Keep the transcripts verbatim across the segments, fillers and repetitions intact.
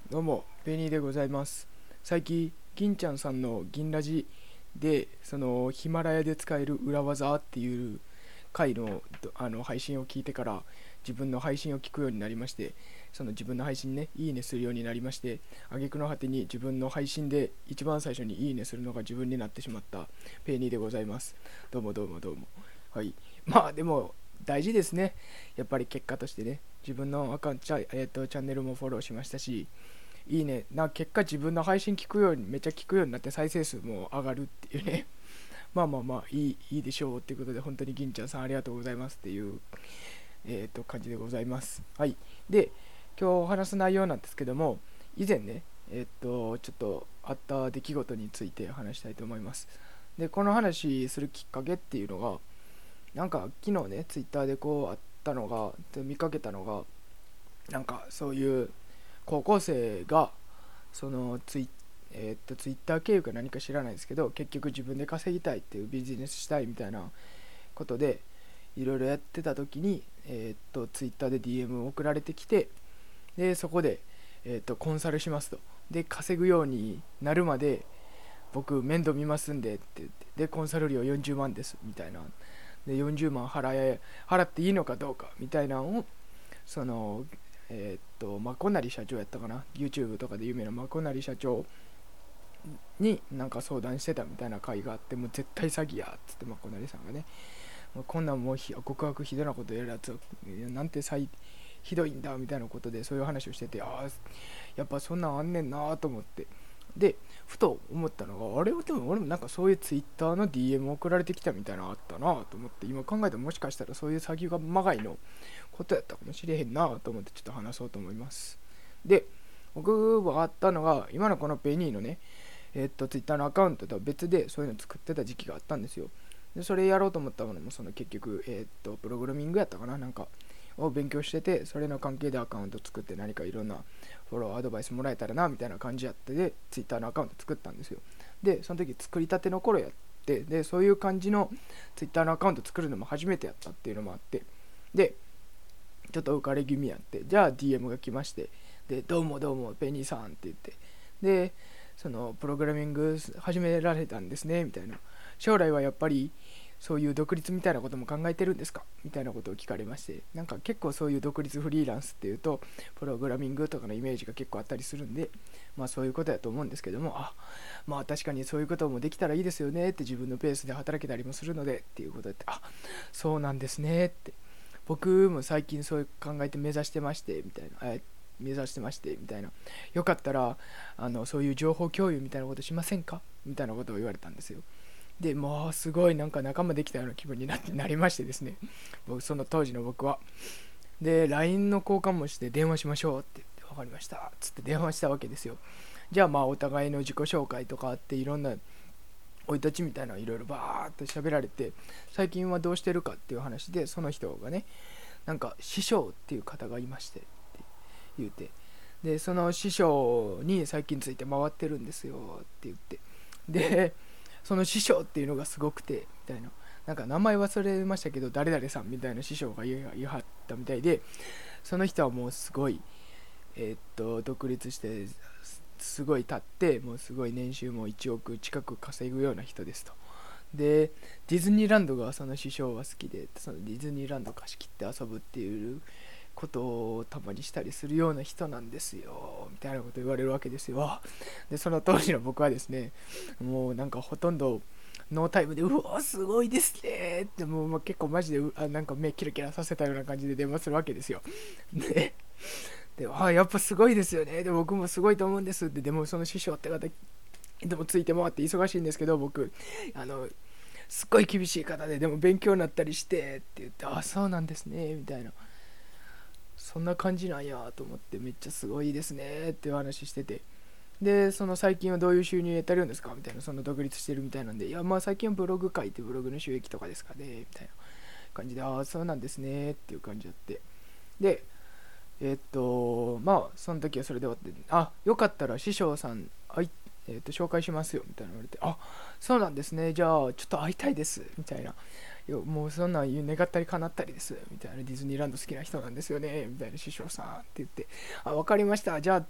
どうも、ベニーでございます。最近、銀ちゃんさんの銀ラジで、そのヒマラヤで使える裏技っていう回のあの配信を聞いてから、自分の配信を聞くようになりまして、その自分の配信ね、いいねするようになりまして、挙句の果てに自分の配信で一番最初にいいねするのが自分になってしまったペニーでございます。どうもどうもどうも。はい。まあでも、大事ですね。やっぱり結果としてね、自分のアカウント、えーと、チャンネルもフォローしましたし、いいねな結果自分の配信聞くようにめっちゃ聞くようになって再生数も上がるっていうね。まあまあまあいいいいでしょうっていうことで、本当に銀ちゃんさんありがとうございますっていうえー、と感じでございます。はい。で、今日話す内容なんですけども、以前ね、えっ、とちょっとあった出来事について話したいと思います。で、この話するきっかけっていうのが、なんか昨日ねツイッターでこうあったのが、で見かけたのが、なんかそういう高校生がそのツイ,、えー、っとツイッター経由か何か知らないですけど、結局自分で稼ぎたいっていうビジネスしたいみたいなことでいろいろやってた時に、えー、っとツイッターで ディーエム 送られてきて、でそこで、えー、っとコンサルしますと、で稼ぐようになるまで僕面倒見ますんでって言って、でコンサル料よんじゅうまんですみたいな、でよんじゅうまん払え払っていいのかどうかみたいなのを、そのえーっとまこなり社長やったかな、 YouTube とかで有名なまこなり社長になんか相談してたみたいな回があって、もう絶対詐欺やっつって、まこなりさんがね、もうこんなんもうひ告白ひどなことやるやつなんて最ひどいんだみたいなことでそういう話をしてて、ああやっぱそんなんあんねんなと思って、でふと思ったのが、あれでも俺もなんかそういうツイッターの ディーエム 送られてきたみたいなのあったなと思って、今考えたらもしかしたらそういう詐欺がまがいのことやったかもしれへんなと思って、ちょっと話そうと思います。で、僕はあったのが、今のこのペニーのね、えーっと Twitter のアカウントとは別でそういうの作ってた時期があったんですよ。でそれやろうと思ったのも、その結局えーっとプログラミングやったかな、なんかを勉強してて、それの関係でアカウント作って何かいろんなフォローアドバイスもらえたらなみたいな感じやってで Twitter のアカウント作ったんですよ。でその時作りたての頃やって、でそういう感じの Twitter のアカウント作るのも初めてやったっていうのもあって、でちょっと浮かれ気味やって、じゃあ ディーエム が来まして、でどうもどうもペニーさんって言って、でそのプログラミング始められたんですねみたいな、将来はやっぱりそういう独立みたいなことも考えてるんですかみたいなことを聞かれまして、なんか結構そういう独立フリーランスっていうとプログラミングとかのイメージが結構あったりするんで、まあそういうことやと思うんですけども、あまあ確かにそういうこともできたらいいですよねって、自分のペースで働けたりもするのでっていうことで、あそうなんですねって、僕も最近そういう考えて目指してましてみたいな、え目指してましてみたいな、よかったらあのそういう情報共有みたいなことしませんかみたいなことを言われたんですよ。でもうすごいなんか仲間できたような気分になってなりましてですね、僕その当時の僕は、で ライン の交換もして電話しましょうって言って、分かりましたっつって電話したわけですよ。じゃあまあお互いの自己紹介とかあって、いろんな生い立ちみたいなのいろいろバーって喋られて、最近はどうしてるかっていう話で、その人がね、なんか師匠っていう方がいましてって言うて、でその師匠に最近ついて回ってるんですよって言って、でその師匠っていうのがすごくてみたいな、なんか名前忘れましたけど誰々さんみたいな師匠が言いはったみたいで、その人はもうすごいえーっと独立してすごい経って、もうすごい年収もいちおく近く稼ぐような人ですと。でディズニーランドがその師匠は好きで、そのディズニーランド貸し切って遊ぶっていうことをたまにしたりするような人なんですよみたいなこと言われるわけですよ。でその当時の僕はですね、もうなんかほとんどノータイムで、うわすごいですねって、もう、まあ、結構マジであなんか目キラキラさせたような感じで電話するわけですよ。でであやっぱすごいですよね、で僕もすごいと思うんですって、でもその師匠って方でもついて回って忙しいんですけど、僕あのすっごい厳しい方で、でも勉強になったりしてって言って、あそうなんですねみたいな、そんな感じなんやと思って、めっちゃすごいですねっていう話してて、でその最近はどういう収入得たるんですかみたいな、その独立してるみたいなんで、いやまあ最近はブログ書いてブログの収益とかですかねみたいな感じで、ああそうなんですねっていう感じだって、でえーっとまあその時はそれで終わって、あよかったら師匠さんあい、えーっと紹介しますよみたいな言われて、あそうなんですね、じゃあちょっと会いたいですみたいな、よもうそんなん願ったり叶ったりですみたいな、ディズニーランド好きな人なんですよねみたいな、師匠さんって言って、あ分かりました、じゃあ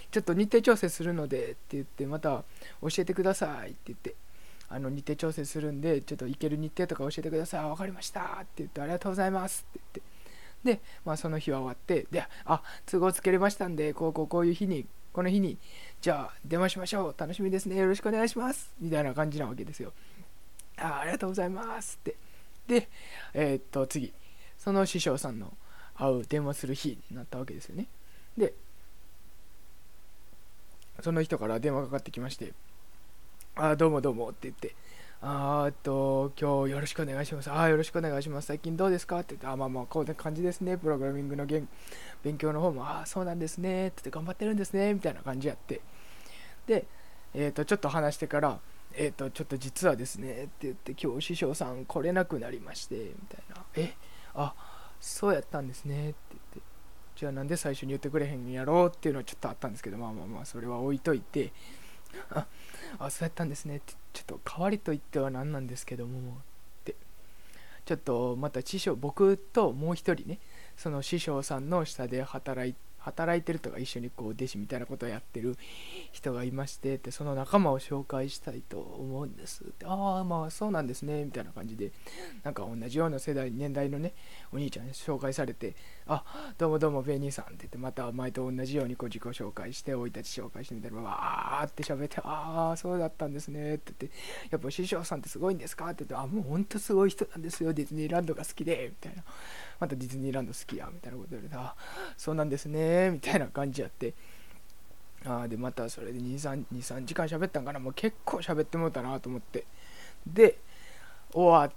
ちょっと日程調整するのでって言って、また教えてくださいって言って、あの日程調整するんでちょっと行ける日程とか教えてください。分かりましたって言って、ありがとうございますって言って、で、まあ、その日は終わって、で、あ、都合つけれましたんで、こうこうこういう日に、この日にじゃあ電話しましょう、楽しみですね、よろしくお願いしますみたいな感じなわけですよ。あ、ありがとうございますって。で、えー、っと次、その師匠さんの会う電話する日になったわけですよね。で、その人から電話かかってきまして、あ、どうもどうもって言って、あーっと今日よろしくお願いします。あ、よろしくお願いします。最近どうですかって言って、あ、まあまあこういう感じですね、プログラミングの勉強の方も、あ、そうなんですねって言って、頑張ってるんですねみたいな感じやって、で、えー、とちょっと話してから、えー、とちょっと実はですねって言って、今日師匠さん来れなくなりましてみたいな、え、あ、そうやったんですねって言って、じゃあなんで最初に言ってくれへんやろうっていうのはちょっとあったんですけど、まあまあまあそれは置いといて、ああ、そうやったんですねって、ちょっと代わりと言っては何なんですけどもって、ちょっとまた師匠、僕ともう一人ね、その師匠さんの下で働いて働いてるとか一緒にこう弟子みたいなことをやってる人がいまして、でその仲間を紹介したいと思うんですって、ああ、まあそうなんですねみたいな感じで、なんか同じような世代年代のねお兄ちゃんに紹介されて、あ、どうもどうもベニーさんって言って、また前と同じようにこう自己紹介して、生い立ち紹介してみたら、わーって喋って、ああそうだったんですねって言って、やっぱ師匠さんってすごいんですかって言って、あ、もうほんとすごい人なんですよ、ディズニーランドが好きでみたいな、またディズニーランド好きやみたいなこと言われて、あ、そうなんですねみたいな感じやって、あ、でまたそれでにさんじかん喋ったんかな、もう結構喋ってもうたなと思って、で終わって、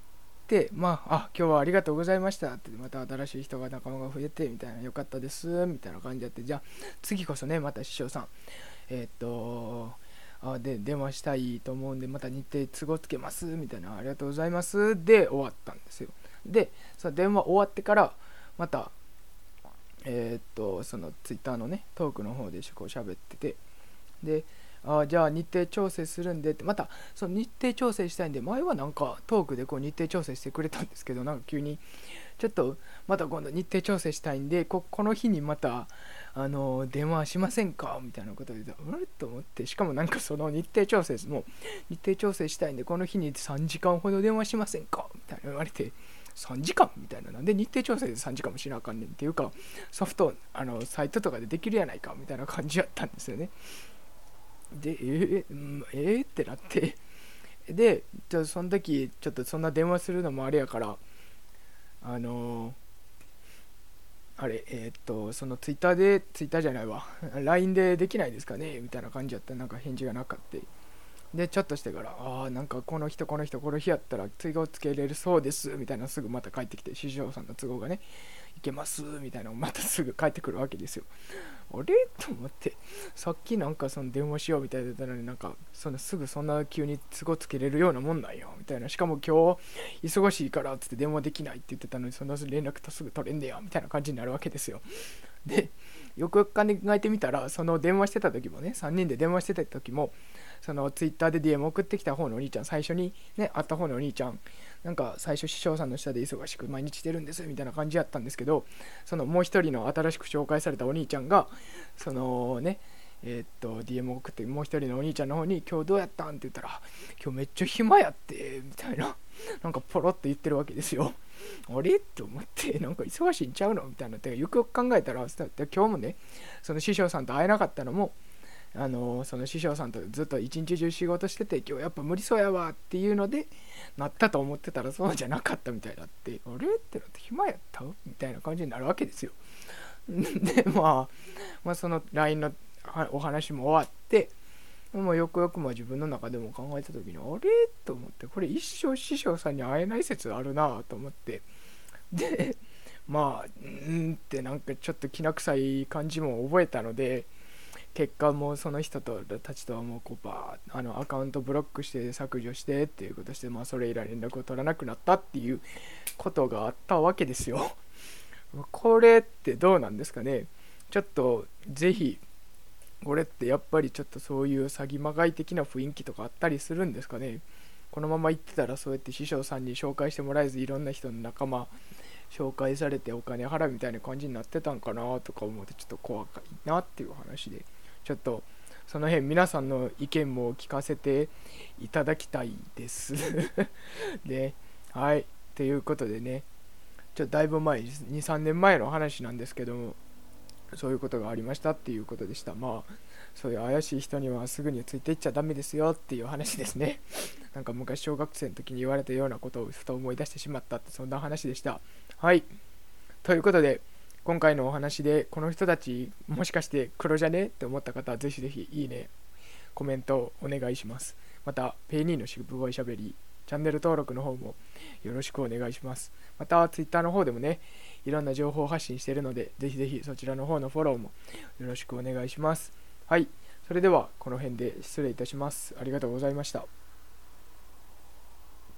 まあ、あ、今日はありがとうございましたって、また新しい人が仲間が増えてみたいな、よかったですみたいな感じやって、じゃあ次こそね、また師匠さんえー、っとあで電話したいと思うんで、また日程都合つけますみたいな、ありがとうございますで終わったんですよ。でその電話終わってからまたえー、っとそのツイッターのねトークの方でこう喋ってて、で、あ、じゃあ日程調整するんでって、またその日程調整したいんで、前はなんかトークでこう日程調整してくれたんですけど、なんか急にちょっとまた今度日程調整したいんで、 こ, この日にまたあの電話しませんかみたいなことを言って、うれと思って、しかもなんかその日程調整も日程調整したいんでこの日にさんじかんほど電話しませんかみたいな言われて、さんじかんみたいな、なんで日程調整でさんじかんもしなあかんねんっていうか、ソフトあのサイトとかでできるやないかみたいな感じやったんですよね。で、えー、えー、ってなって、でじゃあその時ちょっとそんな電話するのもあれやから、あのー、あれえー、っとそのツイッターでツイッターじゃないわライン でできないですかねみたいな感じやったら、なんか返事がなかった。でちょっとしてから、ああ、なんかこの人この人この日やったら都合つけれるそうですみたいな、すぐまた帰ってきて、師匠さんの都合がねいけますみたいなのまたすぐ帰ってくるわけですよ。あれと思って、さっきなんかその電話しようみたいだったのに、なんかそのすぐそんな急に都合つけれるようなもんなんよみたいな、しかも今日忙しいからっつって電話できないって言ってたのに、そんな連絡とすぐ取れんねやみたいな感じになるわけですよ。でよくよく考えてみたら、その電話してた時もね、さんにんで電話してた時も、そのツイッターで ディーエム 送ってきた方のお兄ちゃん、最初にね会った方のお兄ちゃん、なんか最初師匠さんの下で忙しく毎日してるんですみたいな感じやったんですけど、そのもう一人の新しく紹介されたお兄ちゃんがそのねえー、っと ディーエム 送って、もう一人のお兄ちゃんの方に今日どうやったんって言ったら、今日めっちゃ暇やってみたいな、なんかポロって言ってるわけですよ。あれと思って、なんか忙しいんちゃうのみたいな。でよくよく考えたら、今日もねその師匠さんと会えなかったのも、あのその師匠さんとずっと一日中仕事してて、今日やっぱ無理そうやわっていうのでなったと思ってたら、そうじゃなかったみたいだって、あれってなって、暇やったみたいな感じになるわけですよ。で、まあ、まあその ライン のお話も終わって、もうよくよくまあ自分の中でも考えた時に、あれと思って、これ一生師匠さんに会えない説あるなと思って、でまあうんってなんかちょっときな臭い感じも覚えたので、結果もうその人とたちとはもうこうバーあのアカウントブロックして削除してっていうことして、まあそれ以来連絡を取らなくなったっていうことがあったわけですよ。これってどうなんですかね。ちょっとぜひこれってやっぱりちょっとそういう詐欺まがい的な雰囲気とかあったりするんですかね。このまま行ってたらそうやって師匠さんに紹介してもらえず、いろんな人の仲間紹介されてお金払うみたいな感じになってたんかなとか思うと、ちょっと怖いなっていう話で、ちちょっとその辺皆さんの意見も聞かせていただきたいですで、はい、ということでね、ちょっとだいぶ前、にさんねんまえの話なんですけども、そういうことがありましたっていうことでした。まあそういう怪しい人にはすぐについていっちゃダメですよっていう話ですねなんか昔小学生の時に言われたようなことをふと思い出してしまったって、そんな話でした。はい、ということで今回のお話でこの人たちもしかして黒じゃねって思った方はぜひぜひいいね、コメントをお願いします。またペイニーのしぶぼいしゃべりチャンネル登録の方もよろしくお願いします。またツイッターの方でもね、いろんな情報を発信しているので、ぜひぜひそちらの方のフォローもよろしくお願いします。はい、それではこの辺で失礼いたします。ありがとうございました。